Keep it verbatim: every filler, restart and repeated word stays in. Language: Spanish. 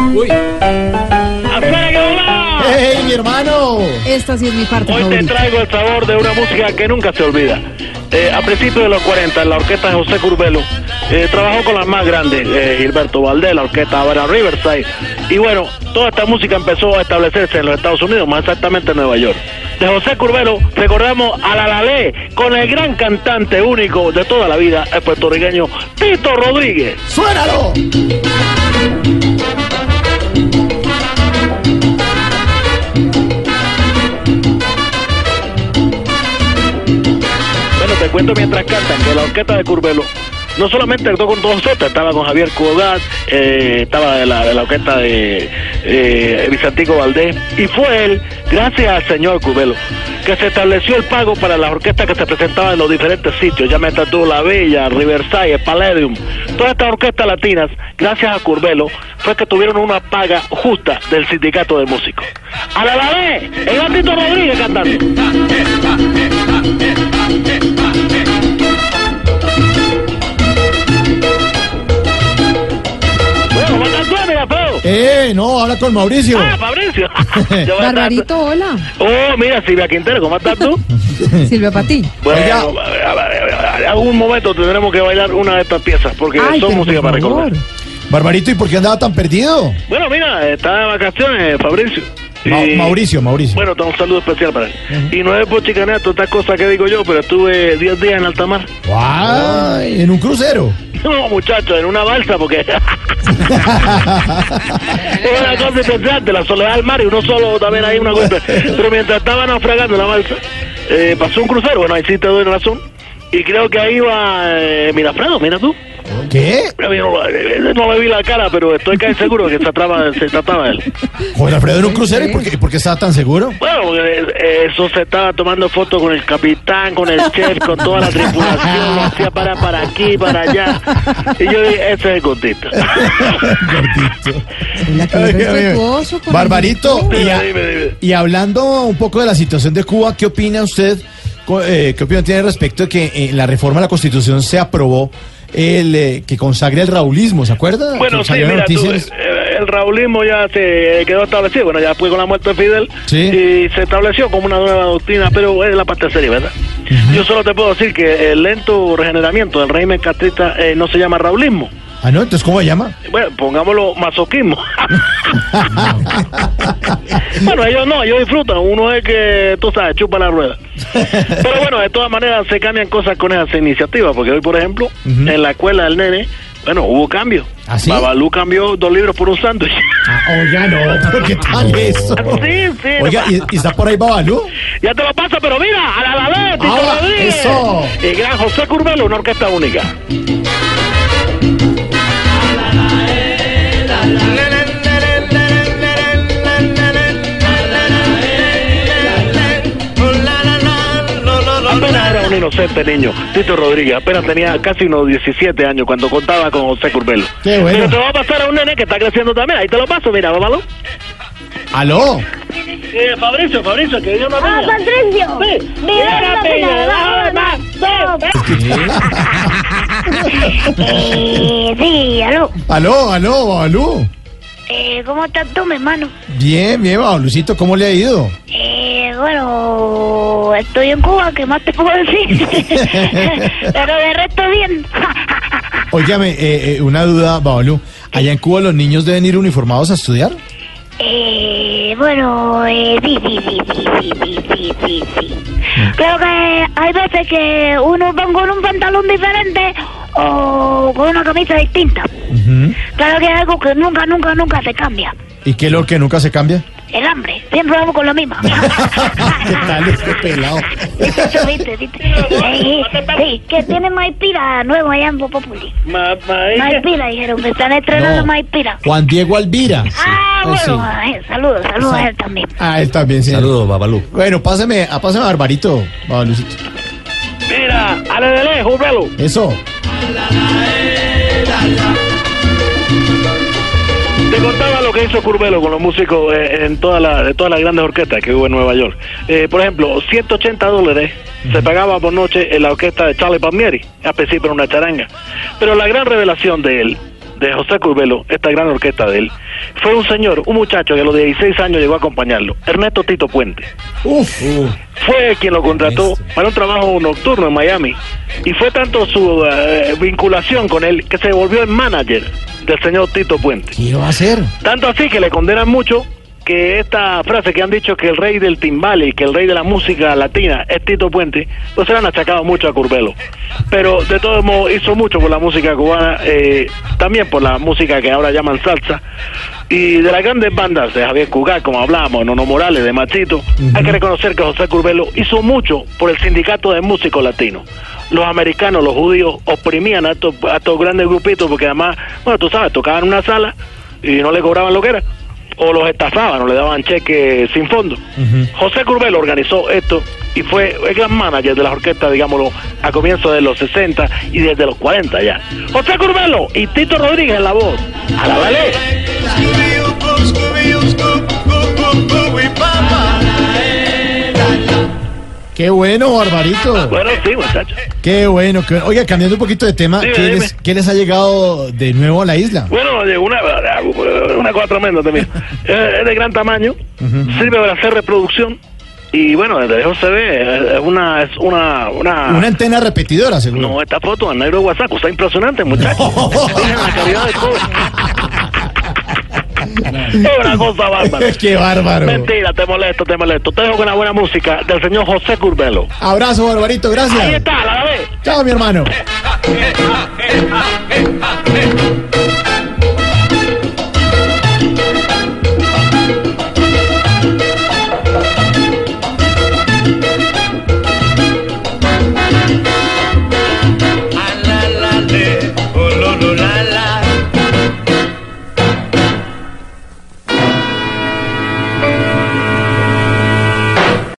Uy. ¡Hey, mi hermano! Esta sí es mi parte Hoy favorita. te traigo el sabor de una música que nunca se olvida. Eh, a principios de los cuarenta, la orquesta de José Curbelo eh, trabajó con las más grandes, eh, Gilberto Valdés, la orquesta Habana Riverside. Y bueno, toda esta música empezó a establecerse en los Estados Unidos, más exactamente en Nueva York. De José Curbelo recordamos a la Lalé con el gran cantante único de toda la vida, el puertorriqueño Tito Rodríguez. ¡Suénalo! Te cuento mientras cantan que la orquesta de Curbelo no solamente actuó con todos nosotros, estaba con Javier Cugat, eh, estaba de la, de la orquesta de eh, Vicentico Valdés, y fue él, gracias al señor Curbelo, que se estableció el pago para las orquestas que se presentaban en los diferentes sitios, llámate tú La Bella, Riverside, el Palladium, todas estas orquestas latinas, gracias a Curbelo, fue que tuvieron una paga justa del sindicato de músicos. ¡A la la vez! El Tito Rodríguez cantando. Eh, no, habla con Mauricio. Ah, Fabricio. Barbarito, hola. Oh, mira, Silvia Quintero, ¿cómo estás tú? Silvia Patí. Bueno, en algún momento tendremos que bailar una de estas piezas, porque Ay, son pero música por para favor. recordar. Barbarito, ¿y por qué andaba tan perdido? Bueno, mira, está de vacaciones, Fabricio. Ma- Y- Mauricio, Mauricio. Bueno, un saludo especial para él. Y no es por chicanear todas estas cosas que digo yo, pero estuve diez días en alta mar. ¡Guay! En un crucero. No, muchachos, en una balsa, porque es una cosa interesante, la soledad del mar, y uno solo también hay una cosa. Pero mientras estaban naufragando en la balsa, eh, pasó un crucero, bueno, ahí sí te doy razón, y creo que ahí va eh, Mirafredo, mira tú. ¿Qué? Yo no, eh, no le vi la cara, pero estoy casi seguro que se trataba, se trataba de él. Juan Alfredo en un crucero, ¿y por qué, por qué estaba tan seguro? Bueno, porque eh, eso se estaba tomando fotos con el capitán, con el chef, con toda la tripulación, lo hacía para, para aquí, para allá. Y yo dije, ese es el cortito. Gordito. La que es respetuoso con Barbarito, el- y, a- Dime, dime. y hablando un poco de la situación de Cuba, ¿qué opina usted? co- eh, ¿Qué opinión tiene respecto de que en la reforma a la Constitución se aprobó el eh, que consagre el raulismo? ¿Se acuerda? Bueno, Que sí, salieron mira, tú, noticias. eh, el raulismo ya se quedó establecido, bueno, ya fue con la muerte de Fidel, Sí. y se estableció como una nueva doctrina, pero es la parte seria, ¿verdad? Yo solo te puedo decir que el lento regeneramiento del régimen castrista eh, no se llama raulismo. Ah, no, entonces, ¿cómo se llama? Bueno, pongámoslo masoquismo. Bueno, ellos no, ellos disfrutan. Uno es que, tú sabes, chupa la rueda. Pero bueno, de todas maneras se cambian cosas con esas iniciativas, porque hoy, por ejemplo, Ujú. en la escuela del nene, bueno, hubo cambio. ¿Ah, sí? Babalú cambió dos libros por un sándwich. Ah, oiga, no, pero ¿qué tal eso? Sí, sí. Oiga, ¿y, y está por ahí Babalú? Ya te lo paso, pero mira, a la la la, Tito Ah, Rodríguez. eso. Y gran José Curbelo, una orquesta única. Apenas era un inocente niño, Tito Rodríguez, apenas tenía casi unos diecisiete años cuando contaba con José Curbelo. Qué bueno. Pero te va a pasar a un nene que está creciendo también, ahí te lo paso, mira, vámonos. ¿Aló? Eh, Fabricio, Fabricio, que dio una ¡Ah, niña. Patricio! Sí. ¡Mira Mira, la piña, pena debajo del mar! Eh, sí, aló. ¿Aló, aló, Babalú? Eh, ¿cómo estás tú, mi hermano? Bien, bien, Babalucito, ¿cómo le ha ido? Eh, bueno, estoy en Cuba, ¿qué más te puedo decir? Pero de resto bien. Óigame, eh, eh, una duda, Babalú. ¿Allá en Cuba los niños deben ir uniformados a estudiar? Eh, bueno, eh, sí, sí, sí, sí, sí, sí, sí, sí, sí. Creo que hay veces que uno va con un pantalón diferente o con una camisa distinta. Ujú. Claro que es algo que nunca, nunca, nunca se cambia. ¿Y qué es lo que nunca se cambia? El hambre, siempre vamos con la misma. ¿Qué tal este pelado? Eso, viste, viste. Eh, sí, que tiene Maipira nuevo allá en Popopuli. Ma, ma, Maipira, dijeron que están estrenando No. Maipira. Juan Diego Alvira. Ah, Pues bueno, sí. a él, saludos, saludos a él también. Ah, él también, sí. Saludos, Babalú. Bueno, páseme, a páseme a Barbarito, Babalucito. Mira, ale de lejos, Curbelo. Eso. Te contaba lo que hizo Curbelo con los músicos eh, en todas las de todas las grandes orquestas que hubo en Nueva York. Eh, por ejemplo, ciento ochenta dólares se pagaba por noche en la orquesta de Charlie Palmieri, a principio era una charanga. Pero la gran revelación de él de José Curbelo, esta gran orquesta de él, fue un señor, un muchacho que a los dieciséis años llegó a acompañarlo, Ernesto Tito Puente. Uf, uf. Fue quien lo contrató para un trabajo nocturno en Miami, y fue tanto su uh, vinculación con él que se volvió el manager del señor Tito Puente. ¿Qué va a hacer? Tanto así que le condenan mucho, que esta frase que han dicho que el rey del timbal y que el rey de la música latina es Tito Puente, pues se le han achacado mucho a Curbelo. Pero de todos modos hizo mucho por la música cubana, eh, también por la música que ahora llaman salsa. Y de las grandes bandas de Javier Cugat, como hablábamos, Nono Morales, de Machito, uh-huh. hay que reconocer que José Curbelo hizo mucho por el sindicato de músicos latinos. Los americanos, los judíos, oprimían a estos, a estos grandes grupitos porque además, bueno, tú sabes, tocaban en una sala y no le cobraban lo que era, o los estafaban o le daban cheques sin fondo. Uh-huh. José Curbelo organizó esto y fue el gran manager de las orquestas, digámoslo, a comienzos de los sesenta y desde los cuarenta ya. José Curbelo y Tito Rodríguez en la voz. ¡A la vale! Qué bueno, Barbarito. Bueno, sí, muchachos. Qué bueno, qué bueno. Oiga, cambiando un poquito de tema, Dime, ¿qué, dime. Les, ¿qué les ha llegado de nuevo a la isla? Bueno, llegó una, una cosa tremenda también. Es de gran tamaño, uh-huh. sirve para hacer reproducción. Y bueno, desde lejos se ve, es una, es una, una... Una antena repetidora, seguro. No, esta foto en negro de WhatsApp, está impresionante, muchachos. Miren la calidad de todo. Es una cosa bárbara. Qué bárbaro. Mentira, te molesto, te molesto. Te dejo con la buena música del señor José Curbelo. Abrazo, Barbarito, gracias. Ahí está, la vez. Chao, mi hermano.